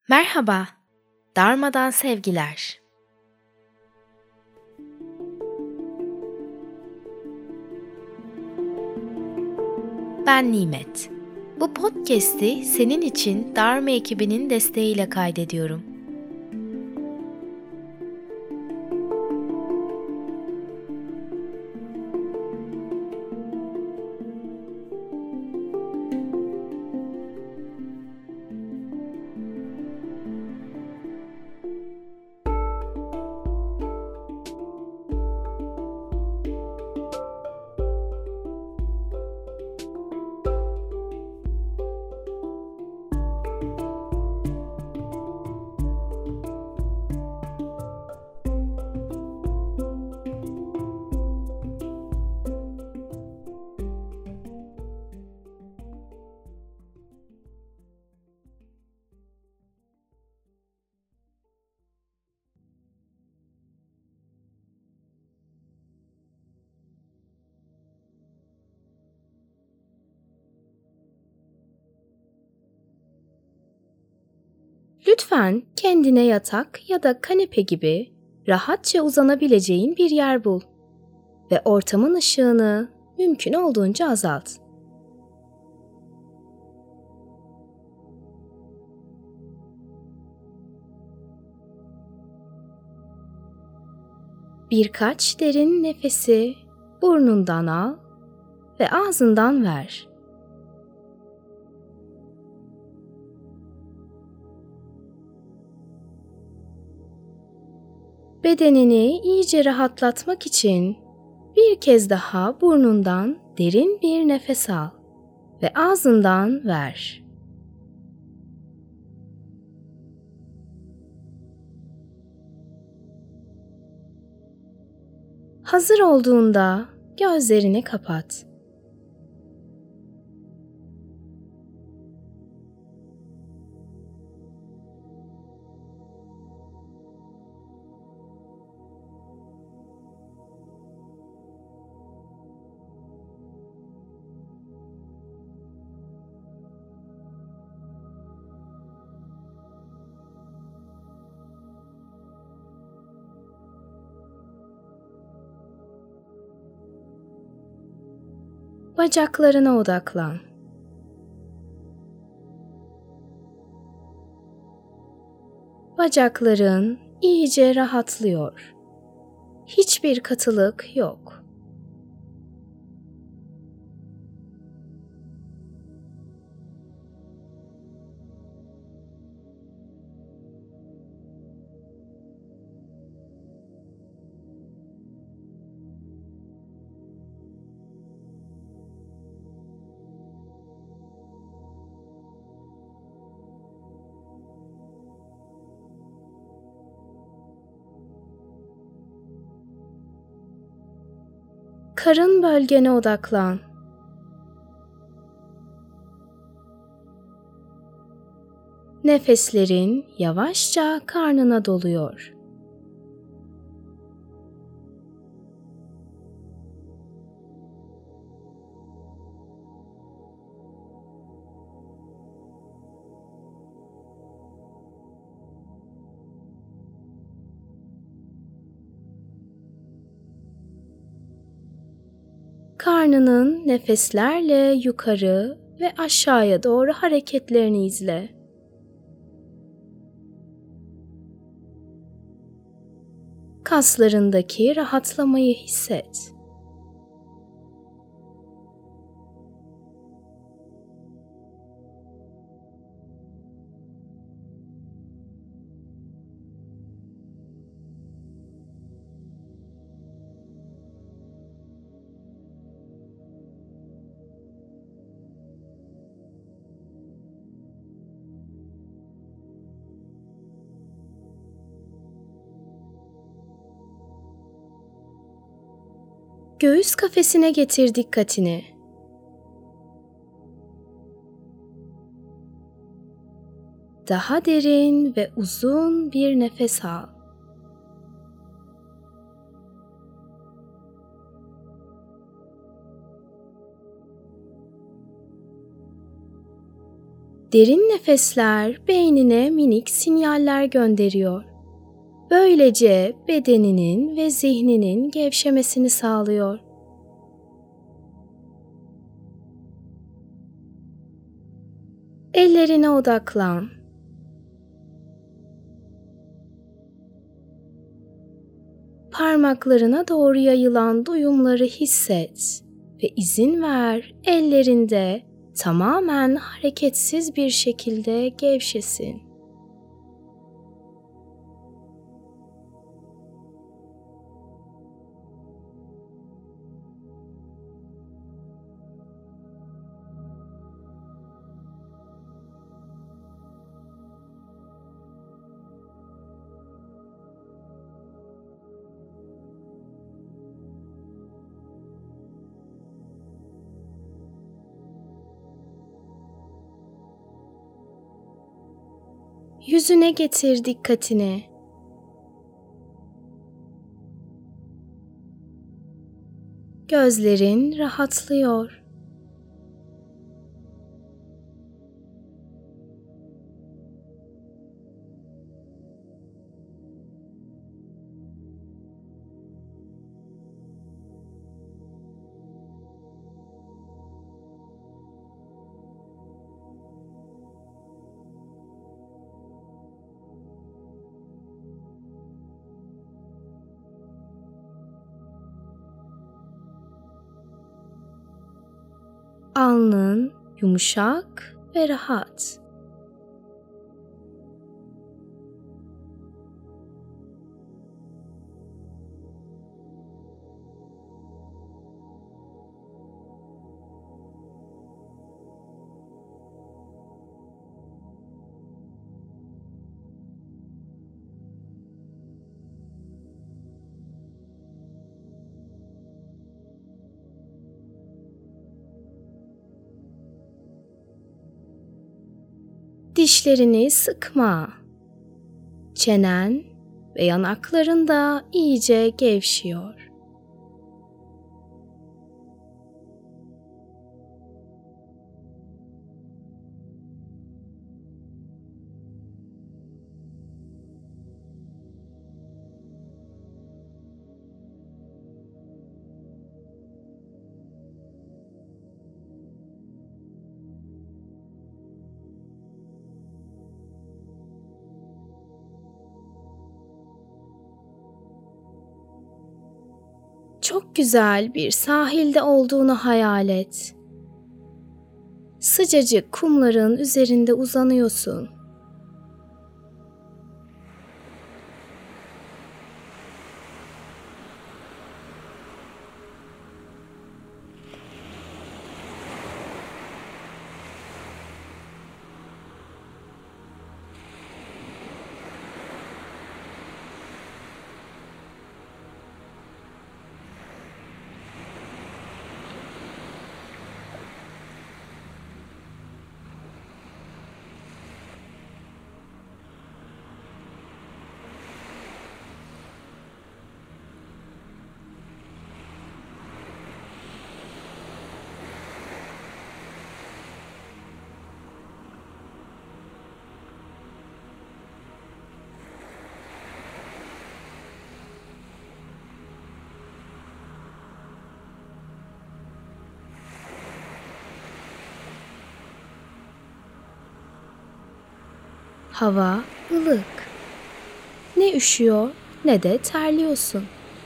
Merhaba, darmadan sevgiler. Ben Nimet. Bu podcast'i senin için Dharma ekibinin desteğiyle kaydediyorum. Lütfen kendine yatak ya da kanepe gibi rahatça uzanabileceğin bir yer bul ve ortamın ışığını mümkün olduğunca azalt. Birkaç derin nefesi burnundan al ve ağzından ver. Bedenini iyice rahatlatmak için bir kez daha burnundan derin bir nefes al ve ağzından ver. Hazır olduğunda gözlerini kapat. Bacaklarına odaklan. Bacakların iyice rahatlıyor. Hiçbir katılık yok. Karın bölgene odaklan. Nefeslerin yavaşça karnına doluyor. Karnının nefeslerle yukarı ve aşağıya doğru hareketlerini izle. Kaslarındaki rahatlamayı hisset. Göğüs kafesine getir dikkatini. Daha derin ve uzun bir nefes al. Derin nefesler beynine minik sinyaller gönderiyor. Böylece bedeninin ve zihninin gevşemesini sağlıyor. Ellerine odaklan. Parmaklarına doğru yayılan duyumları hisset ve izin ver ellerinde tamamen hareketsiz bir şekilde gevşesin. Yüzüne getir dikkatini. Gözlerin rahatlıyor. Alnın yumuşak ve rahat. Dişlerini sıkma. Çenen ve yanakların da iyice gevşiyor. Çok güzel bir sahilde olduğunu hayal et. Sıcacık kumların üzerinde uzanıyorsun. Hava ılık. Ne üşüyor ne de terliyorsun.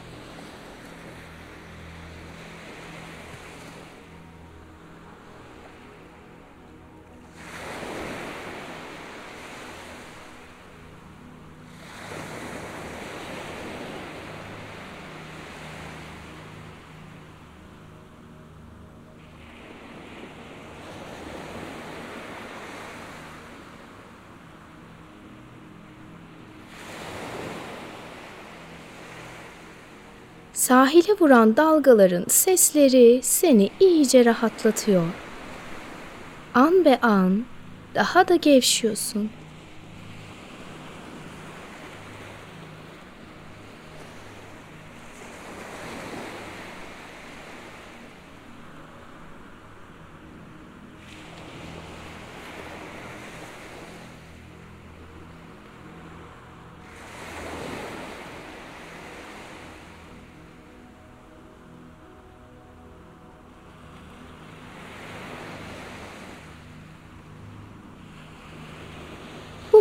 Sahile vuran dalgaların sesleri seni iyice rahatlatıyor. An be an daha da gevşiyorsun.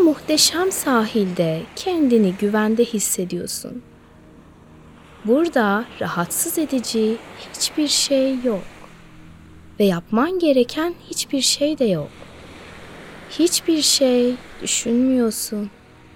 muhteşem sahilde kendini güvende hissediyorsun. Burada rahatsız edici hiçbir şey yok ve yapman gereken hiçbir şey de yok. Hiçbir şey düşünmüyorsun.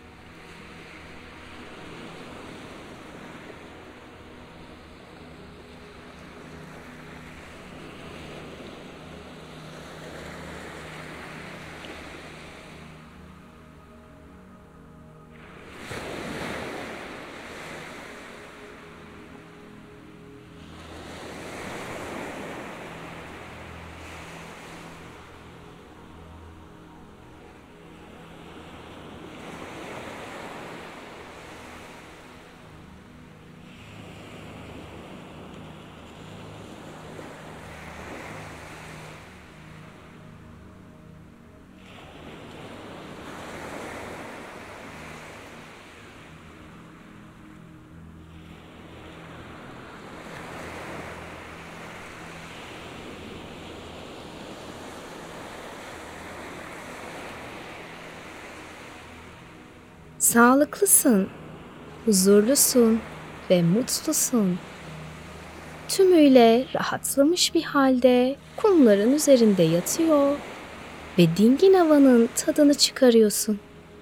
Sağlıklısın, huzurlusun ve mutlusun. Tümüyle rahatlamış bir halde kumların üzerinde yatıyor ve dingin havanın tadını çıkarıyorsun.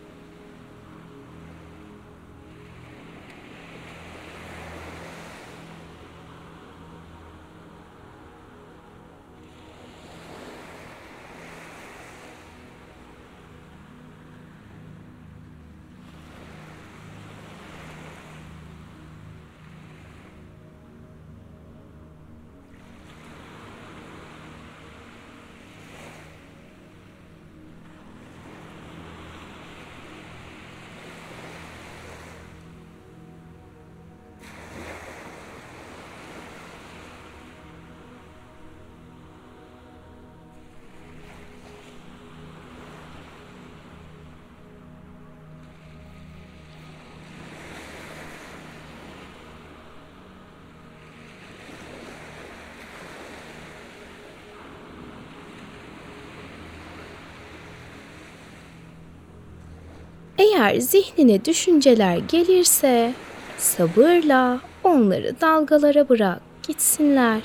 Eğer zihnine düşünceler gelirse sabırla onları dalgalara bırak gitsinler.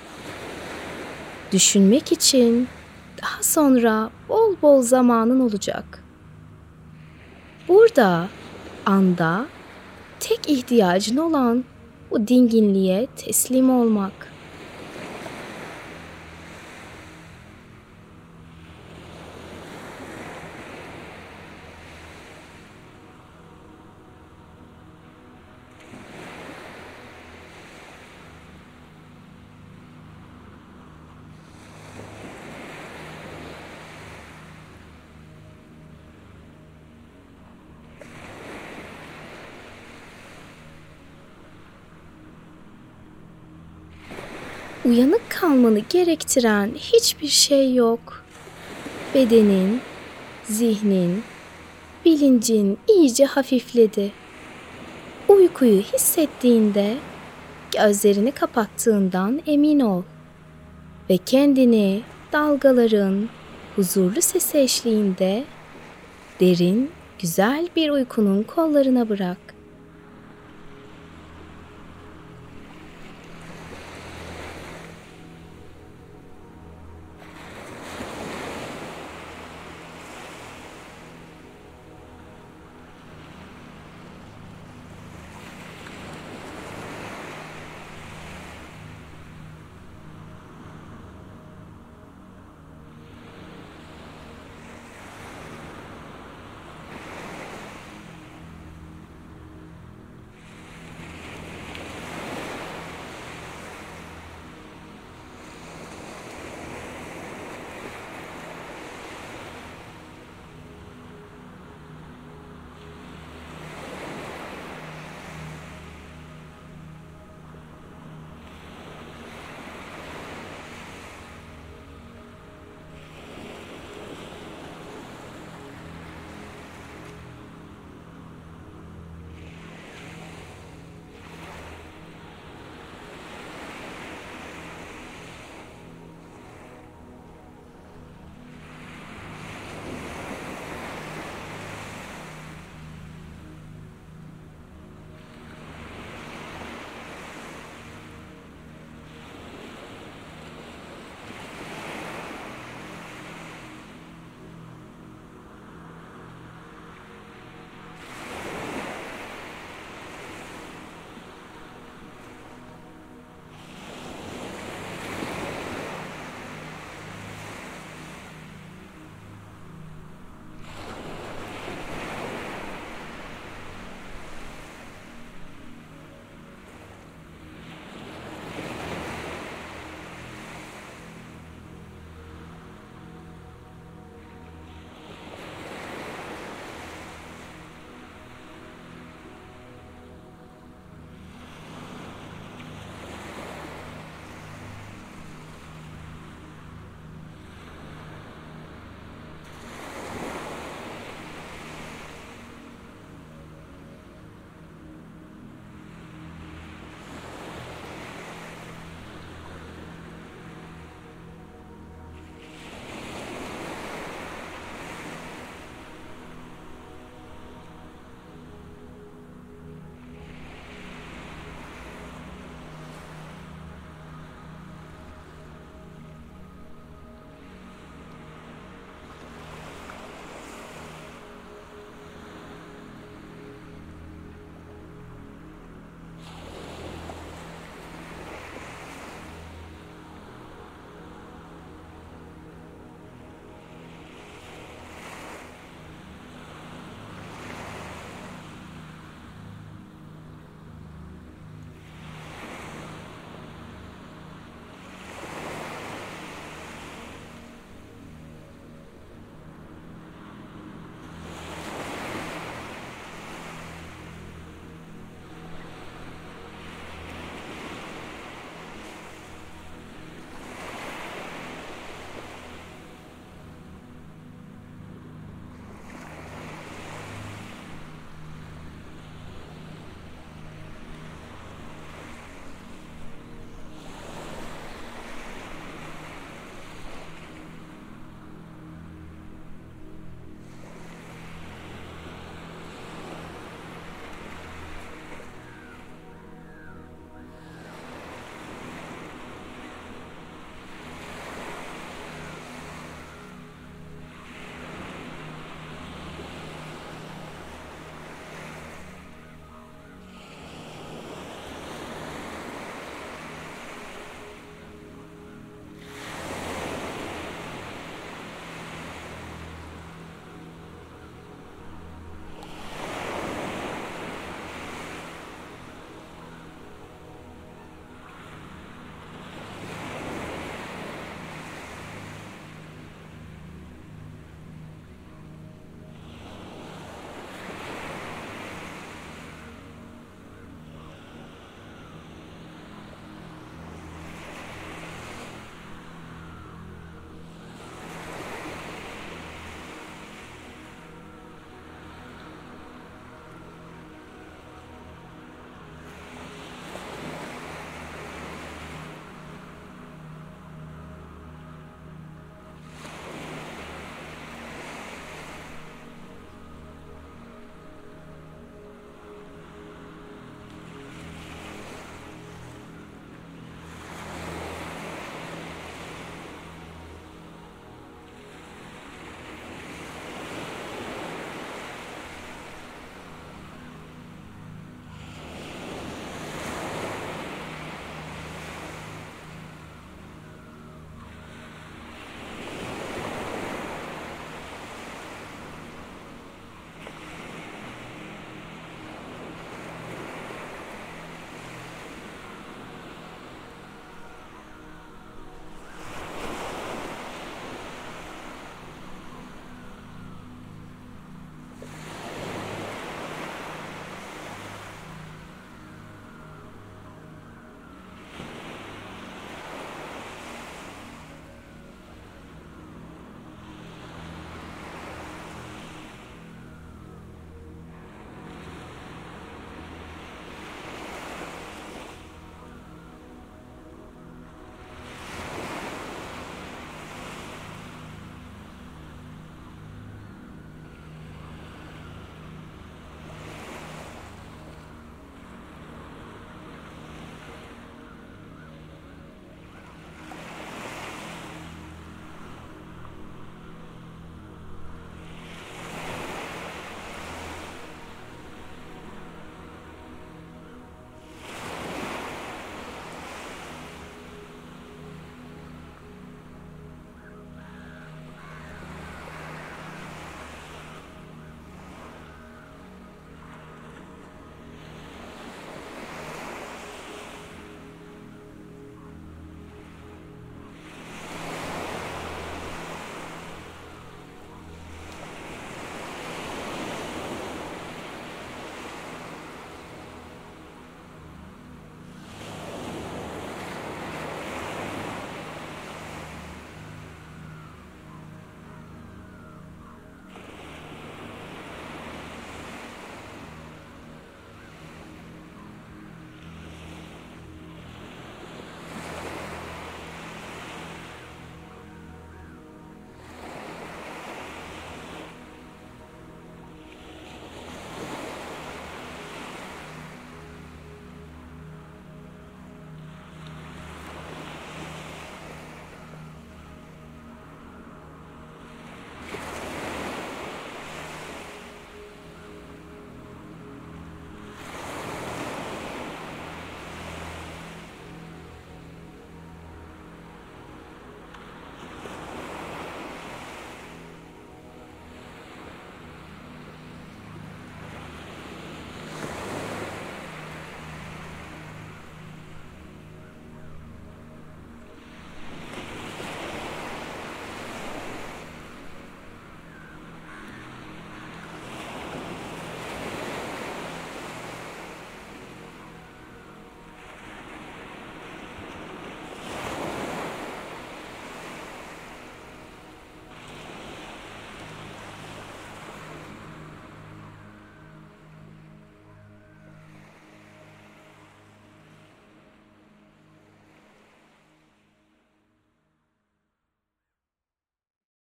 Düşünmek için daha sonra bol bol zamanın olacak. Burada, anda tek ihtiyacın olan bu dinginliğe teslim olmak. Uyanık kalmanı gerektiren hiçbir şey yok. Bedenin, zihnin, bilincin iyice hafifledi. Uykuyu hissettiğinde gözlerini kapattığından emin ol ve kendini dalgaların huzurlu sesi eşliğinde derin, güzel bir uykunun kollarına bırak.